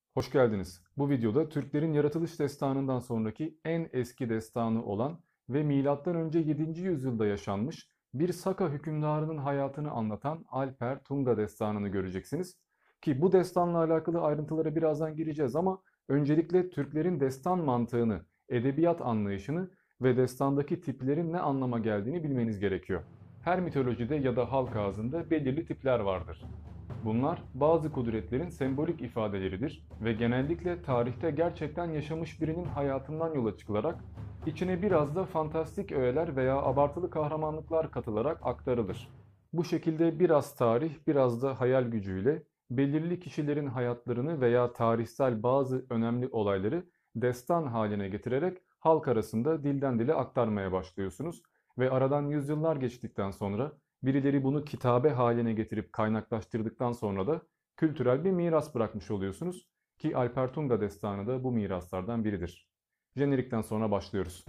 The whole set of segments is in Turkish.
Hoş geldiniz. Bu videoda Türklerin yaratılış destanından sonraki en eski destanı olan ve M.Ö. 7. yüzyılda yaşanmış bir Saka hükümdarının hayatını anlatan Alper Tunga destanını göreceksiniz. Ki bu destanla alakalı ayrıntılara birazdan gireceğiz ama öncelikle Türklerin destan mantığını, edebiyat anlayışını ve destandaki tiplerin ne anlama geldiğini bilmeniz gerekiyor. Her mitolojide ya da halk ağzında belirli tipler vardır. Bunlar bazı kudretlerin sembolik ifadeleridir ve genellikle tarihte gerçekten yaşamış birinin hayatından yola çıkılarak içine biraz da fantastik öğeler veya abartılı kahramanlıklar katılarak aktarılır. Bu şekilde biraz tarih, biraz da hayal gücüyle belirli kişilerin hayatlarını veya tarihsel bazı önemli olayları destan haline getirerek halk arasında dilden dile aktarmaya başlıyorsunuz ve aradan yüzyıllar geçtikten sonra birileri bunu kitabe haline getirip kaynaklaştırdıktan sonra da kültürel bir miras bırakmış oluyorsunuz ki Alper Tunga destanı da bu miraslardan biridir. Jenerikten sonra başlıyoruz.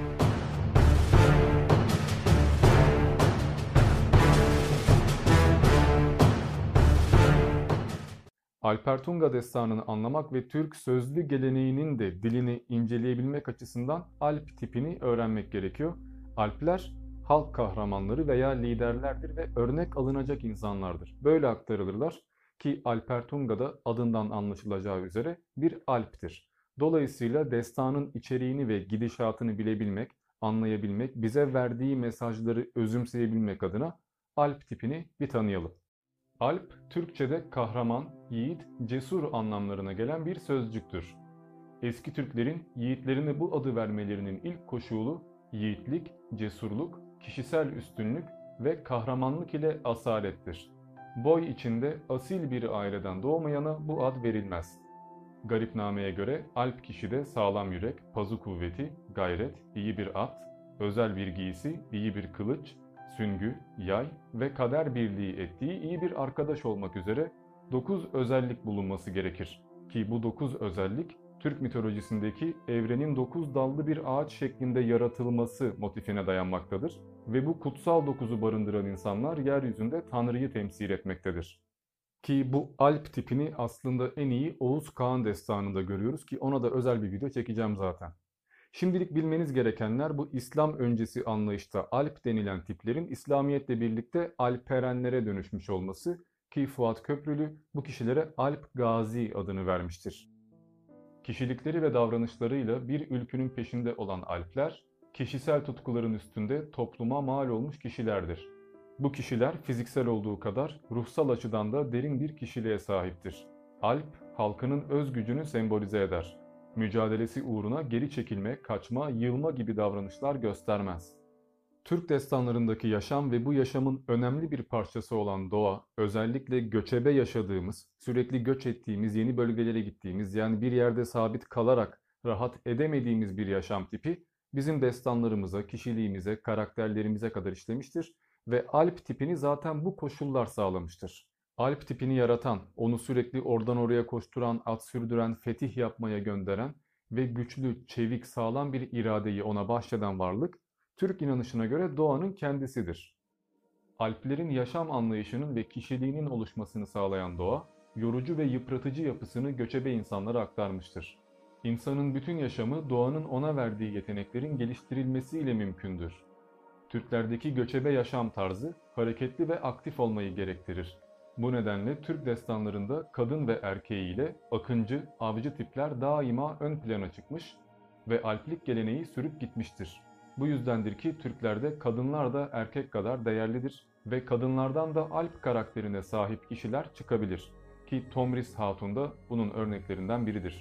Alper Tunga destanını anlamak ve Türk sözlü geleneğinin de dilini inceleyebilmek açısından Alp tipini öğrenmek gerekiyor. Alpler halk kahramanları veya liderlerdir ve örnek alınacak insanlardır. Böyle aktarılırlar ki Alper Tunga da adından anlaşılacağı üzere bir Alp'tir. Dolayısıyla destanın içeriğini ve gidişatını bilebilmek, anlayabilmek, bize verdiği mesajları özümseyebilmek adına Alp tipini bir tanıyalım. Alp, Türkçe'de kahraman, yiğit, cesur anlamlarına gelen bir sözcüktür. Eski Türklerin yiğitlerine bu adı vermelerinin ilk koşulu yiğitlik, cesurluk, kişisel üstünlük ve kahramanlık ile asalettir. Boy içinde asil bir aileden doğmayana bu ad verilmez. Garipname'ye göre Alp kişide sağlam yürek, pazu kuvveti, gayret, iyi bir at, özel bir giysi, iyi bir kılıç, süngü, yay ve kader birliği ettiği iyi bir arkadaş olmak üzere 9 özellik bulunması gerekir. Ki bu 9 özellik Türk mitolojisindeki evrenin 9 dallı bir ağaç şeklinde yaratılması motifine dayanmaktadır ve bu kutsal 9'u barındıran insanlar yeryüzünde Tanrı'yı temsil etmektedir. Ki bu Alp tipini aslında en iyi Oğuz Kağan destanında görüyoruz ki ona da özel bir video çekeceğim zaten. Şimdilik bilmeniz gerekenler bu İslam öncesi anlayışta Alp denilen tiplerin İslamiyetle birlikte Alperenlere dönüşmüş olması ki Fuat Köprülü bu kişilere Alp Gazi adını vermiştir. Kişilikleri ve davranışlarıyla bir ülkünün peşinde olan Alpler, kişisel tutkuların üstünde topluma mal olmuş kişilerdir. Bu kişiler fiziksel olduğu kadar ruhsal açıdan da derin bir kişiliğe sahiptir. Alp, halkının öz gücünü sembolize eder. Mücadelesi uğruna geri çekilme, kaçma, yılma gibi davranışlar göstermez. Türk destanlarındaki yaşam ve bu yaşamın önemli bir parçası olan doğa, özellikle göçebe yaşadığımız, sürekli göç ettiğimiz, yeni bölgelere gittiğimiz, yani bir yerde sabit kalarak rahat edemediğimiz bir yaşam tipi bizim destanlarımıza, kişiliğimize, karakterlerimize kadar işlemiştir ve Alp tipini zaten bu koşullar sağlamıştır. Alp tipini yaratan, onu sürekli oradan oraya koşturan, at sürdüren, fetih yapmaya gönderen ve güçlü, çevik, sağlam bir iradeyi ona bahşeden varlık Türk inanışına göre doğanın kendisidir. Alplerin yaşam anlayışının ve kişiliğinin oluşmasını sağlayan doğa, yorucu ve yıpratıcı yapısını göçebe insanlara aktarmıştır. İnsanın bütün yaşamı doğanın ona verdiği yeteneklerin geliştirilmesiyle mümkündür. Türklerdeki göçebe yaşam tarzı hareketli ve aktif olmayı gerektirir. Bu nedenle Türk destanlarında kadın ve erkeğiyle akıncı, avcı tipler daima ön plana çıkmış ve alplik geleneği sürüp gitmiştir. Bu yüzdendir ki Türklerde kadınlar da erkek kadar değerlidir ve kadınlardan da alp karakterine sahip kişiler çıkabilir. Ki Tomris Hatun da bunun örneklerinden biridir.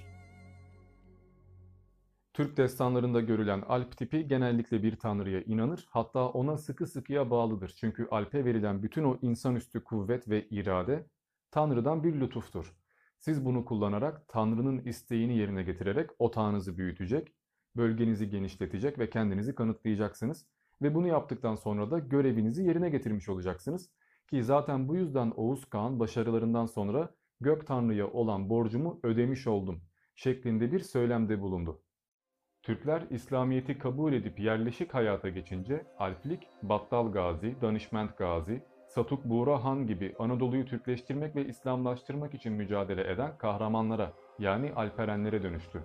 Türk destanlarında görülen Alp tipi genellikle bir tanrıya inanır, hatta ona sıkı sıkıya bağlıdır. Çünkü Alp'e verilen bütün o insanüstü kuvvet ve irade Tanrı'dan bir lütuftur. Siz bunu kullanarak Tanrı'nın isteğini yerine getirerek otağınızı büyütecek, bölgenizi genişletecek ve kendinizi kanıtlayacaksınız. Ve bunu yaptıktan sonra da görevinizi yerine getirmiş olacaksınız. Ki zaten bu yüzden Oğuz Kağan başarılarından sonra Gök Tanrı'ya olan borcumu ödemiş oldum şeklinde bir söylemde bulundu. Türkler İslamiyet'i kabul edip yerleşik hayata geçince Alplik, Battal Gazi, Danişment Gazi, Satuk Buğra Han gibi Anadolu'yu Türkleştirmek ve İslamlaştırmak için mücadele eden kahramanlara yani Alperenlere dönüştü.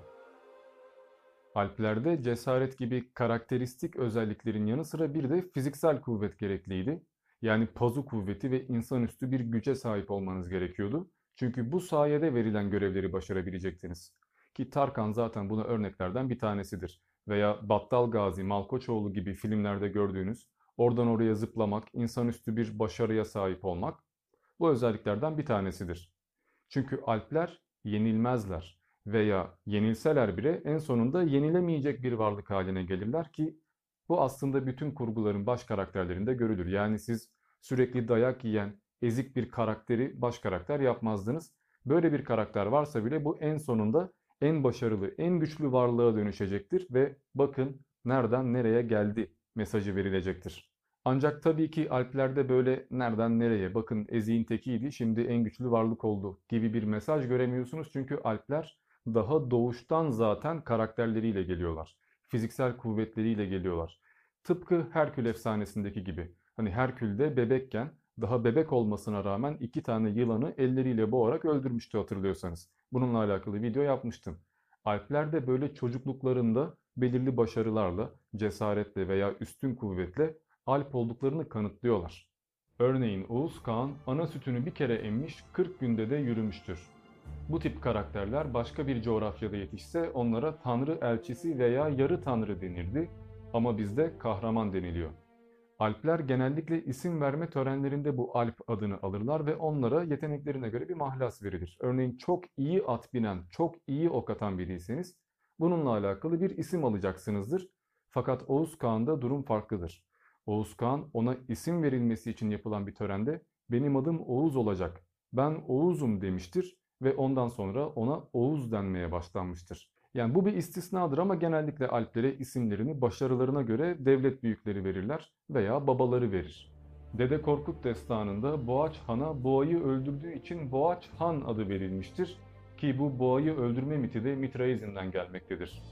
Alplerde cesaret gibi karakteristik özelliklerin yanı sıra bir de fiziksel kuvvet gerekliydi. Yani pazu kuvveti ve insanüstü bir güce sahip olmanız gerekiyordu. Çünkü bu sayede verilen görevleri başarabilecektiniz. Ki Tarkan zaten buna örneklerden bir tanesidir. Veya Battal Gazi, Malkoçoğlu gibi filmlerde gördüğünüz oradan oraya zıplamak, insanüstü bir başarıya sahip olmak bu özelliklerden bir tanesidir. Çünkü Alpler yenilmezler veya yenilseler bile en sonunda yenilemeyecek bir varlık haline gelirler ki bu aslında bütün kurguların baş karakterlerinde görülür. Yani siz sürekli dayak yiyen, ezik bir karakteri baş karakter yapmazdınız. Böyle bir karakter varsa bile bu en sonunda en başarılı, en güçlü varlığa dönüşecektir ve bakın nereden nereye geldi mesajı verilecektir. Ancak tabii ki Alplerde böyle nereden nereye bakın eziğin tekiydi şimdi en güçlü varlık oldu gibi bir mesaj göremiyorsunuz. Çünkü Alpler daha doğuştan zaten karakterleriyle geliyorlar. Fiziksel kuvvetleriyle geliyorlar. Tıpkı Herkül efsanesindeki gibi. Hani Herkül de bebekken daha bebek olmasına rağmen 2 tane yılanı elleriyle boğarak öldürmüştü hatırlıyorsanız. Bununla alakalı video yapmıştım. Alpler de böyle çocukluklarında belirli başarılarla, cesaretle veya üstün kuvvetle Alp olduklarını kanıtlıyorlar. Örneğin Oğuz Kağan ana sütünü bir kere emmiş 40 günde de yürümüştür. Bu tip karakterler başka bir coğrafyada yetişse onlara tanrı elçisi veya yarı tanrı denirdi ama bizde kahraman deniliyor. Alpler genellikle isim verme törenlerinde bu Alp adını alırlar ve onlara yeteneklerine göre bir mahlas verilir. Örneğin çok iyi at binen, çok iyi ok atan biriyseniz bununla alakalı bir isim alacaksınızdır. Fakat Oğuz Kağan'da durum farklıdır. Oğuz Kağan ona isim verilmesi için yapılan bir törende benim adım Oğuz olacak, ben Oğuz'um demiştir ve ondan sonra ona Oğuz denmeye başlanmıştır. Yani bu bir istisnadır ama genellikle Alplere isimlerini başarılarına göre devlet büyükleri verirler veya babaları verir. Dede Korkut destanında Boğaç Han'a boğayı öldürdüğü için Boğaç Han adı verilmiştir ki bu boğayı öldürme miti de Mitraizm'den gelmektedir.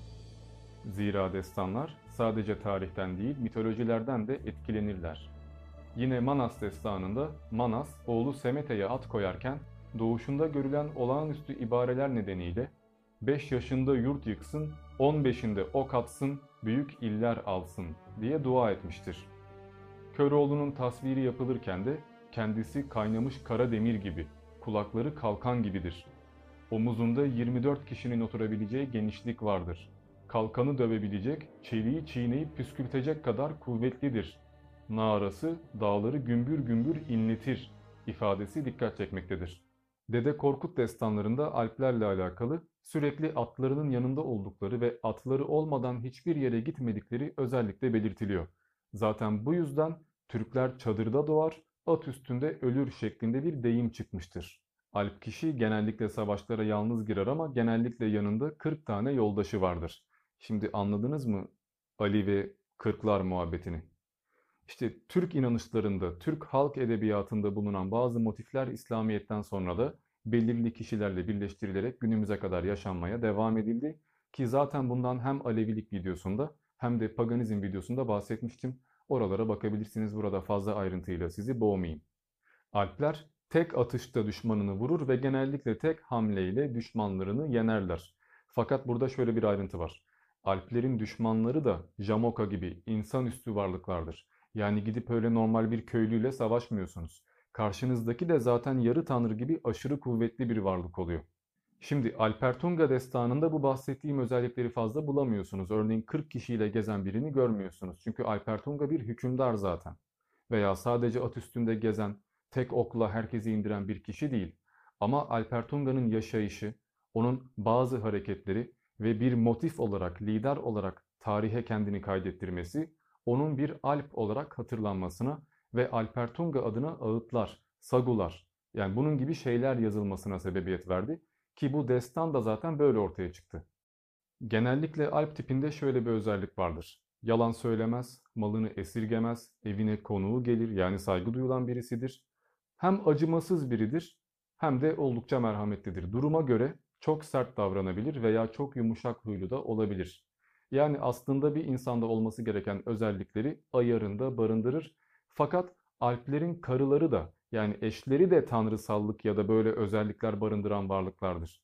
Zira destanlar sadece tarihten değil mitolojilerden de etkilenirler. Yine Manas destanında Manas oğlu Semete'ye at koyarken doğuşunda görülen olağanüstü ibareler nedeniyle 5 yaşında yurt yıksın, 15'inde ok atsın, büyük iller alsın diye dua etmiştir. Köroğlu'nun tasviri yapılırken de kendisi kaynamış kara demir gibi, kulakları kalkan gibidir. Omuzunda 24 kişinin oturabileceği genişlik vardır. Kalkanı dövebilecek, çeliği çiğneyip püskürtecek kadar kuvvetlidir. Nağarası dağları gümbür gümbür inletir ifadesi dikkat çekmektedir. Dede Korkut destanlarında Alplerle alakalı sürekli atlarının yanında oldukları ve atları olmadan hiçbir yere gitmedikleri özellikle belirtiliyor. Zaten bu yüzden Türkler çadırda doğar, at üstünde ölür şeklinde bir deyim çıkmıştır. Alp kişi genellikle savaşlara yalnız girer ama genellikle yanında 40 tane yoldaşı vardır. Şimdi anladınız mı Ali ve Kırklar muhabbetini? İşte Türk inanışlarında, Türk halk edebiyatında bulunan bazı motifler İslamiyet'ten sonra da belirli kişilerle birleştirilerek günümüze kadar yaşanmaya devam edildi. Ki zaten bundan hem Alevilik videosunda hem de paganizm videosunda bahsetmiştim. Oralara bakabilirsiniz, burada fazla ayrıntıyla sizi boğmayayım. Alpler tek atışta düşmanını vurur ve genellikle tek hamleyle düşmanlarını yenerler. Fakat burada şöyle bir ayrıntı var. Alplerin düşmanları da Jamoka gibi insanüstü varlıklardır. Yani gidip öyle normal bir köylüyle savaşmıyorsunuz. Karşınızdaki de zaten yarı tanrı gibi aşırı kuvvetli bir varlık oluyor. Şimdi Alpertunga destanında bu bahsettiğim özellikleri fazla bulamıyorsunuz. Örneğin 40 kişiyle gezen birini görmüyorsunuz. Çünkü Alpertunga bir hükümdar zaten. Veya sadece at üstünde gezen, tek okla herkesi indiren bir kişi değil. Ama Alpertunga'nın yaşayışı, onun bazı hareketleri ve bir motif olarak, lider olarak tarihe kendini kaydettirmesi, onun bir Alp olarak hatırlanmasına ve Alpertunga adına ağıtlar, sagular, yani bunun gibi şeyler yazılmasına sebebiyet verdi. Ki bu destan da zaten böyle ortaya çıktı. Genellikle Alp tipinde şöyle bir özellik vardır. Yalan söylemez, malını esirgemez, evine konuğu gelir yani saygı duyulan birisidir. Hem acımasız biridir hem de oldukça merhametlidir. Duruma göre çok sert davranabilir veya çok yumuşak huylu da olabilir. Yani aslında bir insanda olması gereken özellikleri ayarında barındırır. Fakat Alplerin karıları da yani eşleri de tanrısallık ya da böyle özellikler barındıran varlıklardır.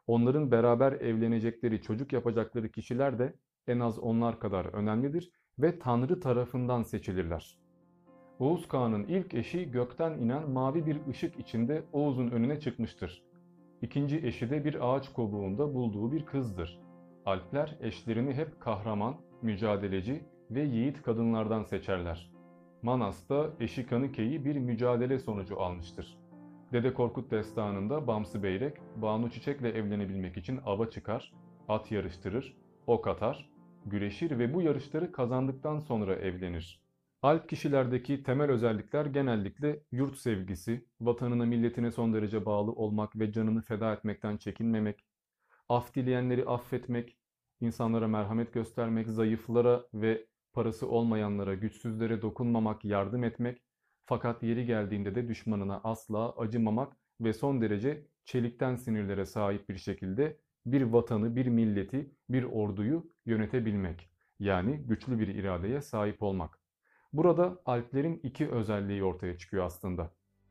onların beraber evlenecekleri, çocuk yapacakları kişiler de en az onlar kadar önemlidir ve Tanrı tarafından seçilirler. Oğuz Kağan'ın ilk eşi gökten inen mavi bir ışık içinde Oğuz'un önüne çıkmıştır. İkinci eşi de bir ağaç kovuğunda bulduğu bir kızdır. Alpler eşlerini hep kahraman, mücadeleci ve yiğit kadınlardan seçerler. Manas da eşi Kanıke'yi bir mücadele sonucu almıştır. Dede Korkut destanında Bamsı Beyrek, Banu Çiçek'le evlenebilmek için ava çıkar, at yarıştırır, ok atar, güreşir ve bu yarışları kazandıktan sonra evlenir. Alp kişilerdeki temel özellikler genellikle yurt sevgisi, vatanına milletine son derece bağlı olmak ve canını feda etmekten çekinmemek, af dileyenleri affetmek, insanlara merhamet göstermek, zayıflara ve parası olmayanlara, güçsüzlere dokunmamak, yardım etmek, fakat yeri geldiğinde de düşmanına asla acımamak ve son derece çelikten sinirlere sahip bir şekilde bir vatanı, bir milleti, bir orduyu yönetebilmek. Yani güçlü bir iradeye sahip olmak. Burada Alplerin iki özelliği ortaya çıkıyor aslında.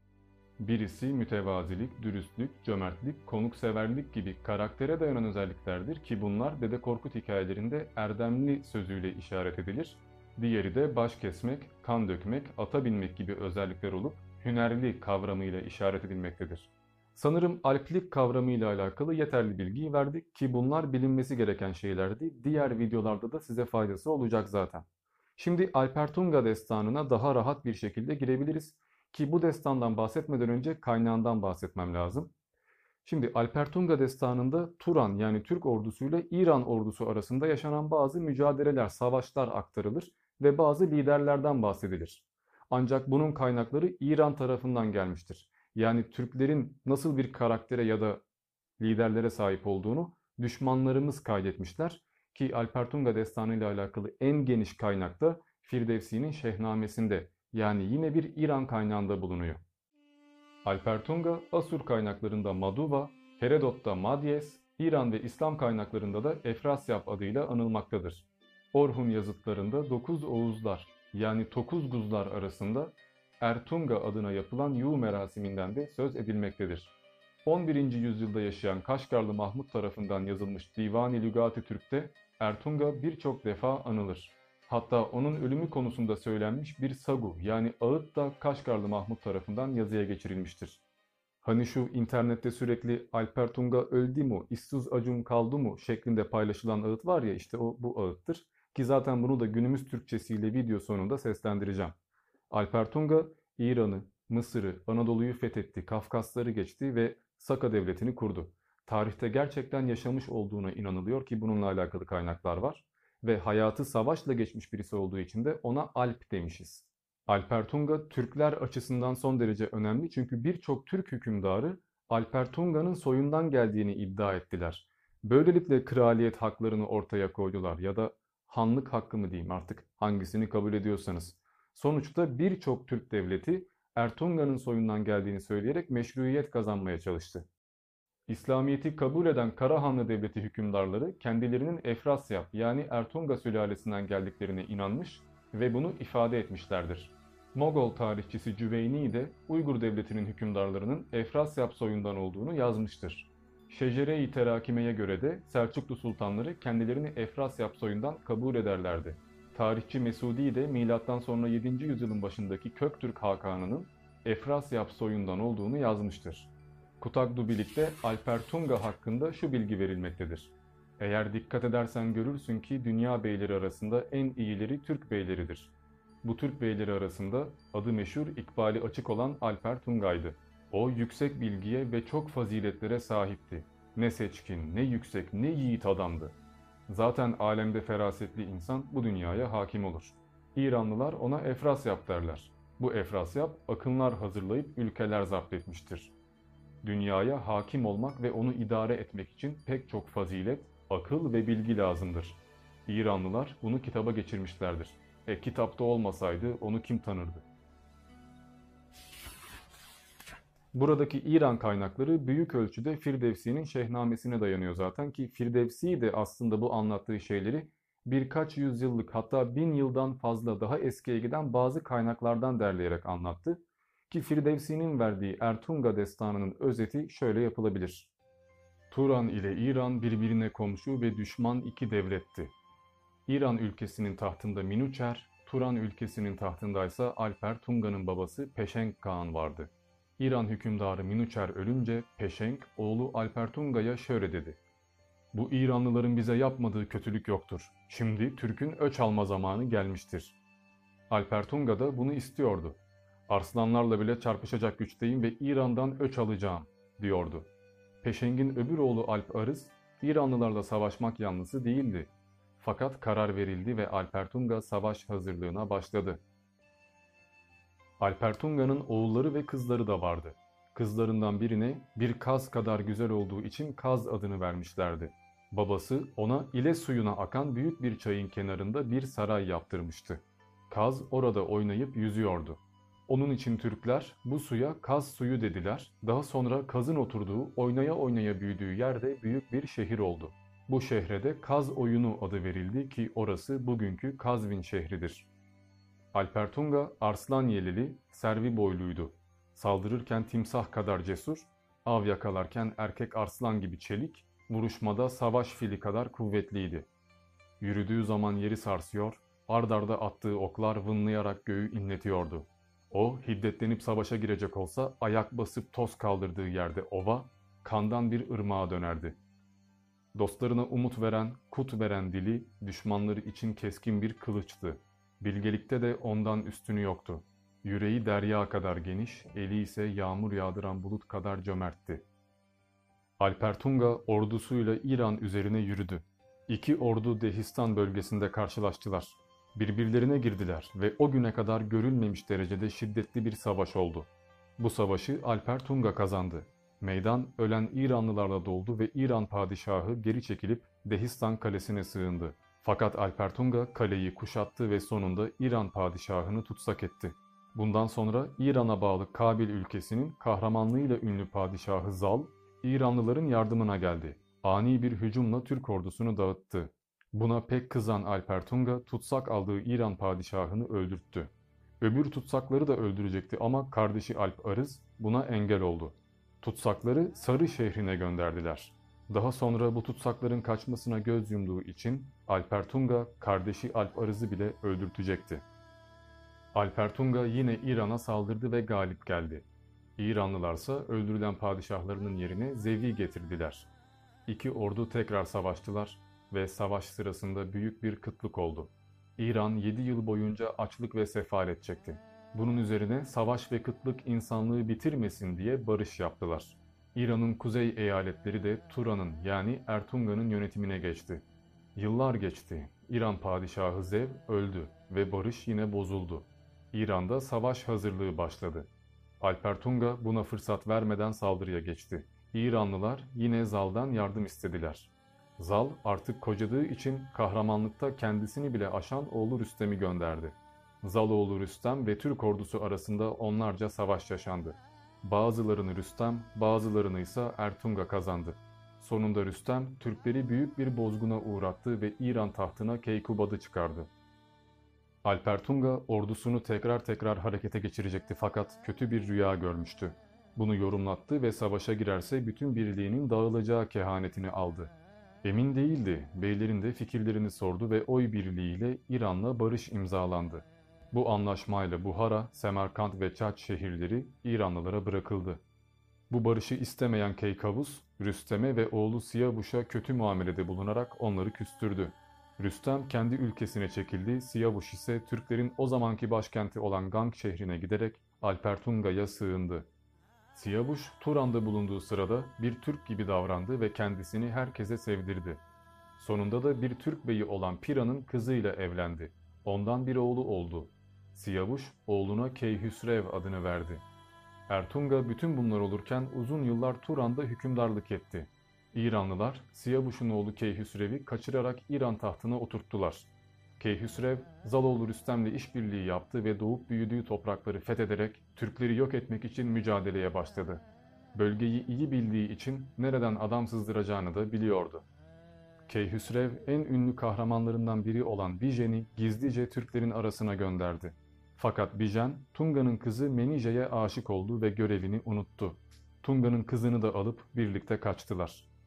Birisi mütevazilik, dürüstlük, cömertlik, konukseverlik gibi karaktere dayanan özelliklerdir ki bunlar Dede Korkut hikayelerinde erdemli sözüyle işaret edilir. Diğeri de baş kesmek, kan dökmek, ata binmek gibi özellikler olup hünerli kavramıyla işaret edilmektedir. Sanırım Alplik kavramıyla alakalı yeterli bilgiyi verdik ki bunlar bilinmesi gereken şeylerdi. Diğer videolarda da size faydası olacak zaten. Şimdi Alpertunga destanına daha rahat bir şekilde girebiliriz. Ki bu destandan bahsetmeden önce kaynağından bahsetmem lazım. Şimdi Alpertunga destanında Turan yani Türk ordusuyla İran ordusu arasında yaşanan bazı mücadeleler, savaşlar aktarılır ve bazı liderlerden bahsedilir. Ancak bunun kaynakları İran tarafından gelmiştir. Yani Türklerin nasıl bir karaktere ya da liderlere sahip olduğunu düşmanlarımız kaydetmişler ki Alpertunga destanı ile alakalı en geniş kaynak da Firdevsi'nin Şehnamesi'nde yani yine bir İran kaynağında bulunuyor. Alpertunga, Asur kaynaklarında Maduva, Herodot'ta Madyes, İran ve İslam kaynaklarında da Efrasyap adıyla anılmaktadır. Orhun yazıtlarında 9 Oğuzlar yani Tokuzguzlar arasında Ertunga adına yapılan Yu merasiminden de söz edilmektedir. 11. yüzyılda yaşayan Kaşgarlı Mahmut tarafından yazılmış Divani Lügat-ı Türk'te Ertunga birçok defa anılır. Hatta onun ölümü konusunda söylenmiş bir sagu yani ağıt da Kaşgarlı Mahmut tarafından yazıya geçirilmiştir. Hani şu internette sürekli Alpertunga öldü mü, İssuz Acun kaldı mı şeklinde paylaşılan ağıt var ya işte bu ağıttır. Ki zaten bunu da günümüz Türkçesiyle video sonunda seslendireceğim. Alpertunga İran'ı, Mısır'ı, Anadolu'yu fethetti, Kafkasları geçti ve Saka devletini kurdu. Tarihte gerçekten yaşamış olduğuna inanılıyor ki bununla alakalı kaynaklar var ve hayatı savaşla geçmiş birisi olduğu için de ona Alp demişiz. Alpertunga Türkler açısından son derece önemli çünkü birçok Türk hükümdarı Alpertunga'nın soyundan geldiğini iddia ettiler. Böylelikle kraliyet haklarını ortaya koydular ya da hanlık hakkı mı diyeyim artık hangisini kabul ediyorsanız. Sonuçta birçok Türk devleti Ertunga'nın soyundan geldiğini söyleyerek meşruiyet kazanmaya çalıştı. İslamiyet'i kabul eden Karahanlı Devleti hükümdarları kendilerinin Efrasyap yani Ertunga sülalesinden geldiklerine inanmış ve bunu ifade etmişlerdir. Mogol tarihçisi Cüveyni de Uygur Devleti'nin hükümdarlarının Efrasyap soyundan olduğunu yazmıştır. Şecere-i Terakime'ye göre de Selçuklu sultanları kendilerini Efrasyap soyundan kabul ederlerdi. Tarihçi Mesudi de milattan sonra 7. yüzyılın başındaki Köktürk Hakanı'nın Efrasyap soyundan olduğunu yazmıştır. Kutagdubilik'te Alpertunga hakkında şu bilgi verilmektedir. Eğer dikkat edersen görürsün ki dünya beyleri arasında en iyileri Türk beyleridir. Bu Türk beyleri arasında adı meşhur ikbali açık olan Alpertunga'ydı. O yüksek bilgiye ve çok faziletlere sahipti. Ne seçkin, ne yüksek, ne yiğit adamdı. Zaten alemde ferasetli insan bu dünyaya hakim olur. İranlılar ona Efrasyap derler. Bu Efrasyap akınlar hazırlayıp ülkeler zapt etmiştir. Dünyaya hakim olmak ve onu idare etmek için pek çok fazilet, akıl ve bilgi lazımdır. İranlılar bunu kitaba geçirmişlerdir. Kitapta olmasaydı onu kim tanırdı? Buradaki İran kaynakları büyük ölçüde Firdevsi'nin Şehnamesi'ne dayanıyor zaten ki Firdevsi de aslında bu anlattığı şeyleri birkaç yüzyıllık hatta 1000 yıldan fazla daha eskiye giden bazı kaynaklardan derleyerek anlattı. Ki Firdevsi'nin verdiği Ertunga destanının özeti şöyle yapılabilir. Turan ile İran birbirine komşu ve düşman iki devletti. İran ülkesinin tahtında Minuçer, Turan ülkesinin tahtındaysa Alper Tunga'nın babası Peşenk Kağan vardı. İran hükümdarı Minuçer ölünce Peşenk oğlu Alper Tunga'ya şöyle dedi: "Bu İranlıların bize yapmadığı kötülük yoktur. Şimdi Türk'ün öç alma zamanı gelmiştir." Alper Tunga da bunu istiyordu. "Arslanlarla bile çarpışacak güçteyim ve İran'dan öç alacağım," diyordu. Peşeng'in öbür oğlu Alp Arız, İranlılarla savaşmak yanlısı değildi. Fakat karar verildi ve Alper Tunga savaş hazırlığına başladı. Alper Tunga'nın oğulları ve kızları da vardı. Kızlarından birine bir kaz kadar güzel olduğu için Kaz adını vermişlerdi. Babası ona ile suyuna akan büyük bir çayın kenarında bir saray yaptırmıştı. Kaz orada oynayıp yüzüyordu. Onun için Türkler bu suya Kaz suyu dediler. Daha sonra Kaz'ın oturduğu, oynaya oynaya büyüdüğü yerde büyük bir şehir oldu. Bu şehre de Kaz Oyunu adı verildi ki orası bugünkü Kazvin şehridir. Alper Tunga Arslan Yelili, servi boyluydu. Saldırırken timsah kadar cesur, av yakalarken erkek arslan gibi çelik, vuruşmada savaş fili kadar kuvvetliydi. Yürüdüğü zaman yeri sarsıyor, ard arda attığı oklar vınlayarak göğü inletiyordu. O, hiddetlenip savaşa girecek olsa ayak basıp toz kaldırdığı yerde ova, kandan bir ırmağa dönerdi. Dostlarına umut veren, kut veren dili, düşmanları için keskin bir kılıçtı. Bilgelikte de ondan üstünü yoktu. Yüreği derya kadar geniş, eli ise yağmur yağdıran bulut kadar cömertti. Alper Tunga ordusuyla İran üzerine yürüdü. İki ordu Dehistan bölgesinde karşılaştılar. Birbirlerine girdiler ve o güne kadar görülmemiş derecede şiddetli bir savaş oldu. Bu savaşı Alper Tunga kazandı. Meydan ölen İranlılarla doldu ve İran padişahı geri çekilip Dehistan kalesine sığındı. Fakat Alper Tunga kaleyi kuşattı ve sonunda İran padişahını tutsak etti. Bundan sonra İran'a bağlı Kabil ülkesinin kahramanlığıyla ünlü padişahı Zal, İranlıların yardımına geldi. Ani bir hücumla Türk ordusunu dağıttı. Buna pek kızan Alper Tunga tutsak aldığı İran padişahını öldürttü. Öbür tutsakları da öldürecekti ama kardeşi Alp Arız buna engel oldu. Tutsakları Sarı şehrine gönderdiler. Daha sonra bu tutsakların kaçmasına göz yumduğu için Alper Tunga kardeşi Alp Arız'ı bile öldürtecekti. Alper Tunga yine İran'a saldırdı ve galip geldi. İranlılarsa öldürülen padişahlarının yerine Zev'i getirdiler. İki ordu tekrar savaştılar ve savaş sırasında büyük bir kıtlık oldu. İran 7 yıl boyunca açlık ve sefalet çekti. Bunun üzerine savaş ve kıtlık insanlığı bitirmesin diye barış yaptılar. İran'ın kuzey eyaletleri de Turan'ın yani Ertunga'nın yönetimine geçti. Yıllar geçti. İran padişahı Zev öldü ve barış yine bozuldu. İran'da savaş hazırlığı başladı. Alper Tunga buna fırsat vermeden saldırıya geçti. İranlılar yine Zal'dan yardım istediler. Zal artık kocadığı için kahramanlıkta kendisini bile aşan oğlu Rüstem'i gönderdi. Zaloğlu Rüstem ve Türk ordusu arasında onlarca savaş yaşandı. Bazılarını Rüstem, bazılarını ise Ertunga kazandı. Sonunda Rüstem, Türkleri büyük bir bozguna uğrattı ve İran tahtına Keykubad'ı çıkardı. Alper Tunga ordusunu tekrar harekete geçirecekti fakat kötü bir rüya görmüştü. Bunu yorumlattı ve savaşa girerse bütün birliğinin dağılacağı kehanetini aldı. Emin değildi, beylerin de fikirlerini sordu ve oy birliğiyle İran'la barış imzalandı. Bu anlaşmayla Buhara, Semerkant ve Çaç şehirleri İranlılara bırakıldı. Bu barışı istemeyen Keykavus, Rüstem'e ve oğlu Siyavuş'a kötü muamelede bulunarak onları küstürdü. Rüstem kendi ülkesine çekildi, Siyavuş ise Türklerin o zamanki başkenti olan Gang şehrine giderek Alper Tunga'ya sığındı. Siyavuş, Turan'da bulunduğu sırada bir Türk gibi davrandı ve kendisini herkese sevdirdi. Sonunda da bir Türk beyi olan Pira'nın kızıyla evlendi. Ondan bir oğlu oldu. Siyavuş, oğluna Keyhüsrev adını verdi. Ertunga bütün bunlar olurken uzun yıllar Turan'da hükümdarlık etti. İranlılar, Siyavuş'un oğlu Keyhüsrev'i kaçırarak İran tahtına oturttular. Keyhüsrev, Zaloğlu Rüstem'le işbirliği yaptı ve doğup büyüdüğü toprakları fethederek Türkleri yok etmek için mücadeleye başladı. Bölgeyi iyi bildiği için nereden adam sızdıracağını da biliyordu. Keyhüsrev en ünlü kahramanlarından biri olan Bijen'i gizlice Türklerin arasına gönderdi. Fakat Bijen, Tunga'nın kızı Menice'ye aşık oldu ve görevini unuttu. Tunga'nın kızını da alıp birlikte kaçtılar.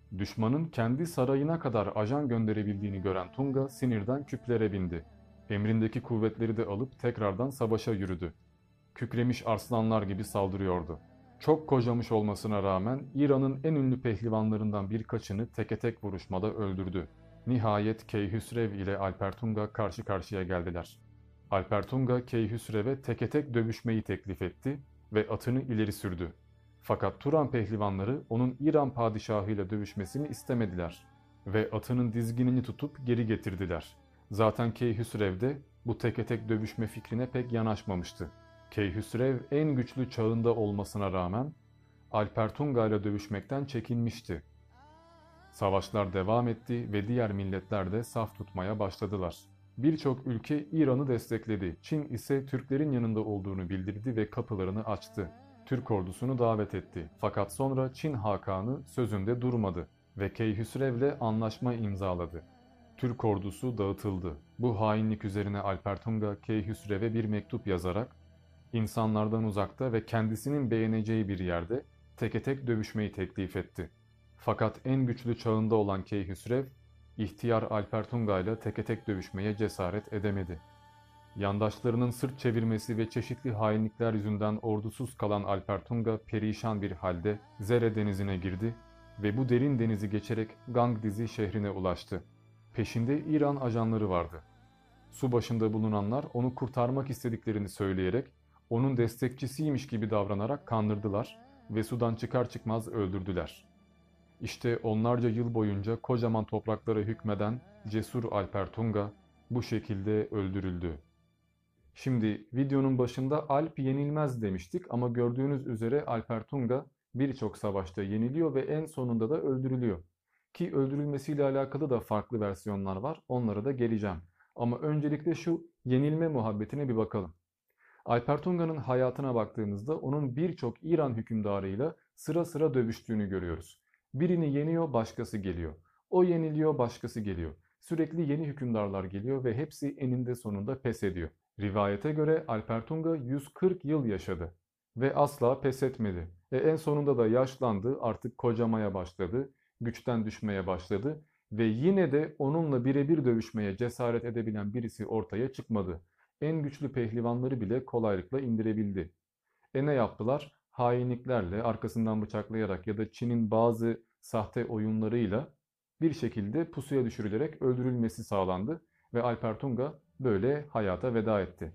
Düşmanın kendi sarayına kadar ajan gönderebildiğini gören Tunga sinirden küplere bindi. Emrindeki kuvvetleri de alıp tekrardan savaşa yürüdü. Kükremiş arslanlar gibi saldırıyordu. Çok kocamış olmasına rağmen İran'ın en ünlü pehlivanlarından birkaçını teke tek vuruşmada öldürdü. Nihayet Keyhüsrev ile Alpertunga karşı karşıya geldiler. Alpertunga Keyhüsrev'e teke tek dövüşmeyi teklif etti ve atını ileri sürdü. Fakat Turan pehlivanları onun İran padişahıyla dövüşmesini istemediler ve atının dizginini tutup geri getirdiler. Zaten Keyhüsrev de bu teke tek dövüşme fikrine pek yanaşmamıştı. Keyhüsrev en güçlü çağında olmasına rağmen Alpertunga ile dövüşmekten çekinmişti. Savaşlar devam etti ve diğer milletler de saf tutmaya başladılar. Birçok ülke İran'ı destekledi. Çin ise Türklerin yanında olduğunu bildirdi ve kapılarını açtı. Türk ordusunu davet etti. Fakat sonra Çin Hakanı sözünde durmadı ve Keyhüsrev'le anlaşma imzaladı. Türk ordusu dağıtıldı. Bu hainlik üzerine Alpertunga Keyhüsrev'e bir mektup yazarak insanlardan uzakta ve kendisinin beğeneceği bir yerde teke tek dövüşmeyi teklif etti. Fakat en güçlü çağında olan Keyhüsrev, ihtiyar Alpertunga ile teke tek dövüşmeye cesaret edemedi. Yandaşlarının sırt çevirmesi ve çeşitli hainlikler yüzünden ordusuz kalan Alpertunga perişan bir halde Zere denizine girdi ve bu derin denizi geçerek Gangdizi şehrine ulaştı. Peşinde İran ajanları vardı. Su başında bulunanlar onu kurtarmak istediklerini söyleyerek onun destekçisiymiş gibi davranarak kandırdılar ve sudan çıkar çıkmaz öldürdüler. İşte onlarca yıl boyunca kocaman topraklara hükmeden cesur Alpertunga bu şekilde öldürüldü. Şimdi videonun başında Alp yenilmez demiştik ama gördüğünüz üzere Alpertunga birçok savaşta yeniliyor ve en sonunda da öldürülüyor. Ki öldürülmesiyle alakalı da farklı versiyonlar var, onlara da geleceğim. Ama öncelikle şu yenilme muhabbetine bir bakalım. Alpertunga'nın hayatına baktığımızda onun birçok İran hükümdarıyla sıra sıra dövüştüğünü görüyoruz. Birini yeniyor, başkası geliyor. O yeniliyor, başkası geliyor. Sürekli yeni hükümdarlar geliyor ve hepsi eninde sonunda pes ediyor. Rivayete göre Alpertunga 140 yıl yaşadı ve asla pes etmedi. En sonunda da yaşlandı, artık kocamaya başladı, güçten düşmeye başladı ve yine de onunla birebir dövüşmeye cesaret edebilen birisi ortaya çıkmadı. En güçlü pehlivanları bile kolaylıkla indirebildi. Ne yaptılar? Hainliklerle, arkasından bıçaklayarak ya da Çin'in bazı sahte oyunlarıyla bir şekilde pusuya düşürülerek öldürülmesi sağlandı ve Alpertunga böyle hayata veda etti.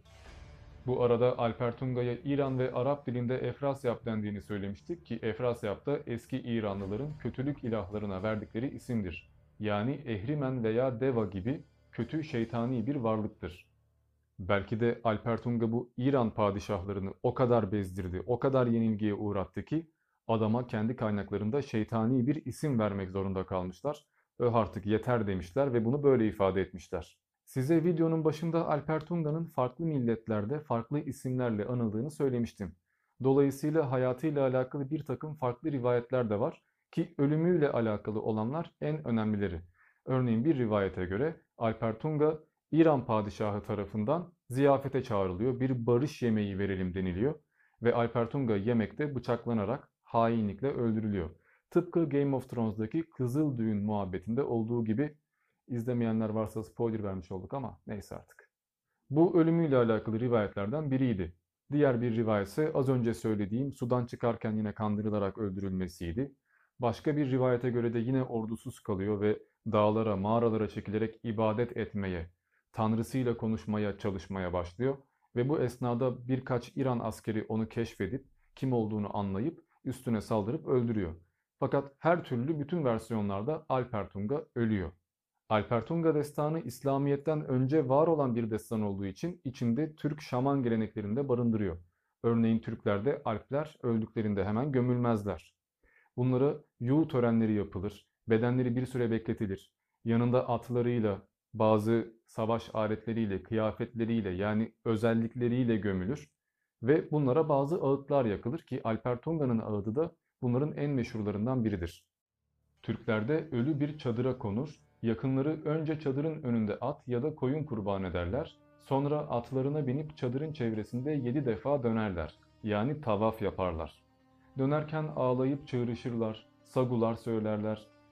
Bu arada Alpertunga'ya İran ve Arap dilinde Efrasyap dendiğini söylemiştik ki Efrasyap da eski İranlıların kötülük ilahlarına verdikleri isimdir. Yani Ehrimen veya Deva gibi kötü şeytani bir varlıktır. Belki de Alpertunga bu İran padişahlarını o kadar bezdirdi, o kadar yenilgiye uğrattı ki adama kendi kaynaklarında şeytani bir isim vermek zorunda kalmışlar. Artık yeter demişler ve bunu böyle ifade etmişler. Size videonun başında Alpertunga'nın farklı milletlerde farklı isimlerle anıldığını söylemiştim. Dolayısıyla hayatıyla alakalı bir takım farklı rivayetler de var ki ölümüyle alakalı olanlar en önemlileri. Örneğin bir rivayete göre Alpertunga İran padişahı tarafından ziyafete çağrılıyor. Bir barış yemeği verelim deniliyor ve Alpertunga yemekte bıçaklanarak hainlikle öldürülüyor. Tıpkı Game of Thrones'daki Kızıl Düğün muhabbetinde olduğu gibi. İzlemeyenler varsa spoiler vermiş olduk ama neyse artık. Bu ölümüyle alakalı rivayetlerden biriydi. Diğer bir rivayet ise az önce söylediğim sudan çıkarken yine kandırılarak öldürülmesiydi. Başka bir rivayete göre de yine ordusuz kalıyor ve dağlara, mağaralara çekilerek ibadet etmeye, tanrısıyla konuşmaya çalışmaya başlıyor. Ve bu esnada birkaç İran askeri onu keşfedip kim olduğunu anlayıp üstüne saldırıp öldürüyor. Fakat her türlü bütün versiyonlarda Alpertunga ölüyor. Alpertunga destanı İslamiyet'ten önce var olan bir destan olduğu için içinde Türk şaman geleneklerini de barındırıyor. Örneğin Türklerde Alpler öldüklerinde hemen gömülmezler. Bunlara yuğu törenleri yapılır, bedenleri bir süre bekletilir. Yanında atlarıyla, bazı savaş aletleriyle, kıyafetleriyle yani özellikleriyle gömülür ve bunlara bazı ağıtlar yakılır ki Alpertunga'nın ağıdı da bunların en meşhurlarından biridir. Türklerde ölü bir çadıra konur. Yakınları önce çadırın önünde at ya da koyun kurban ederler. Sonra atlarına binip çadırın çevresinde 7 defa dönerler. Yani tavaf yaparlar. Dönerken ağlayıp çığırışırlar, sagular söylerler.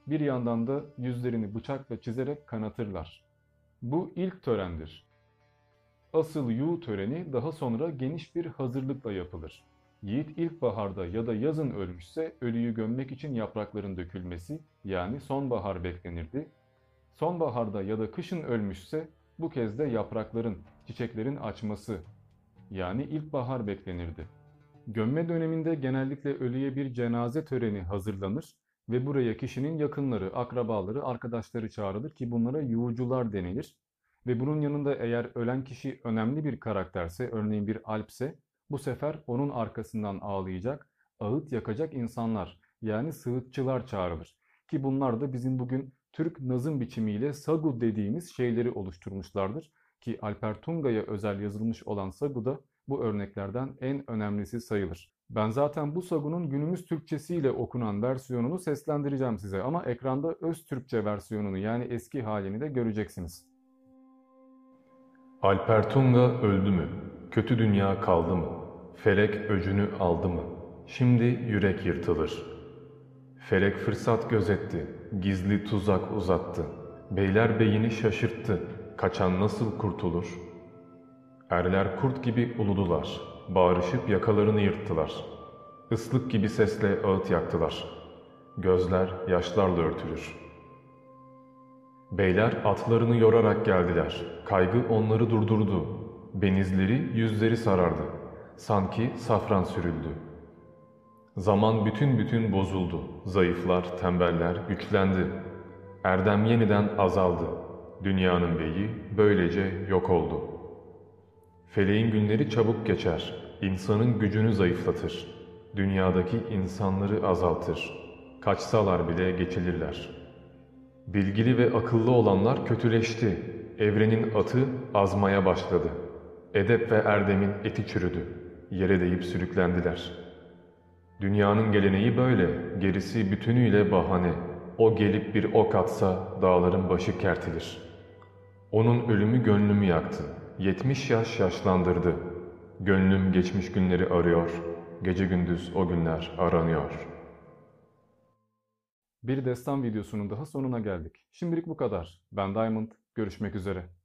bir yandan da yüzlerini bıçakla çizerek kanatırlar. Bu ilk törendir. Asıl yu töreni daha sonra geniş bir hazırlıkla yapılır. Yiğit ilkbaharda ya da yazın ölmüşse ölüyü gömmek için yaprakların dökülmesi, yani sonbahar beklenirdi. Sonbaharda ya da kışın ölmüşse bu kez de yaprakların, çiçeklerin açması, yani ilkbahar beklenirdi. Gömme döneminde genellikle ölüye bir cenaze töreni hazırlanır ve buraya kişinin yakınları, akrabaları, arkadaşları çağrılır ki bunlara yuğucular denilir. Ve bunun yanında eğer ölen kişi önemli bir karakterse, örneğin bir alpse, bu sefer onun arkasından ağlayacak, ağıt yakacak insanlar, yani sığıtçılar çağrılır. Ki bunlar da bizim bugün Türk nazım biçimiyle sagu dediğimiz şeyleri oluşturmuşlardır. Ki Alper Tunga'ya özel yazılmış olan sagu da bu örneklerden en önemlisi sayılır. Ben zaten bu sagunun günümüz Türkçesiyle okunan versiyonunu seslendireceğim size ama ekranda öz Türkçe versiyonunu, yani eski halini de göreceksiniz. Alper Tunga öldü mü? Kötü dünya kaldı mı? Felek öcünü aldı mı? Şimdi yürek yırtılır. Felek fırsat gözetti, gizli tuzak uzattı. Beyler beyini şaşırttı, kaçan nasıl kurtulur? Erler kurt gibi uludular, bağırışıp yakalarını yırttılar. Islık gibi sesle ağıt yaktılar. Gözler yaşlarla örtülür. Beyler atlarını yorarak geldiler. Kaygı onları durdurdu. Benizleri, yüzleri sarardı. Sanki safran sürüldü. Zaman bütün bütün bozuldu. Zayıflar, tembeller güçlendi. Erdem yeniden azaldı. Dünyanın beyi böylece yok oldu. Feleğin günleri çabuk geçer. İnsanın gücünü zayıflatır. Dünyadaki insanları azaltır. Kaçsalar bile geçilirler. Bilgili ve akıllı olanlar kötüleşti. Evrenin atı azmaya başladı. Edep ve erdemin eti çürüdü. Yere değip sürüklendiler. Dünyanın geleneği böyle, gerisi bütünüyle bahane. O gelip bir ok atsa dağların başı kertilir. Onun ölümü gönlümü yaktı. 70 yaş yaşlandırdı. Gönlüm geçmiş günleri arıyor. Gece gündüz o günler aranıyor. Bir destan videosunun daha sonuna geldik. Şimdilik bu kadar. Ben Diamond, görüşmek üzere.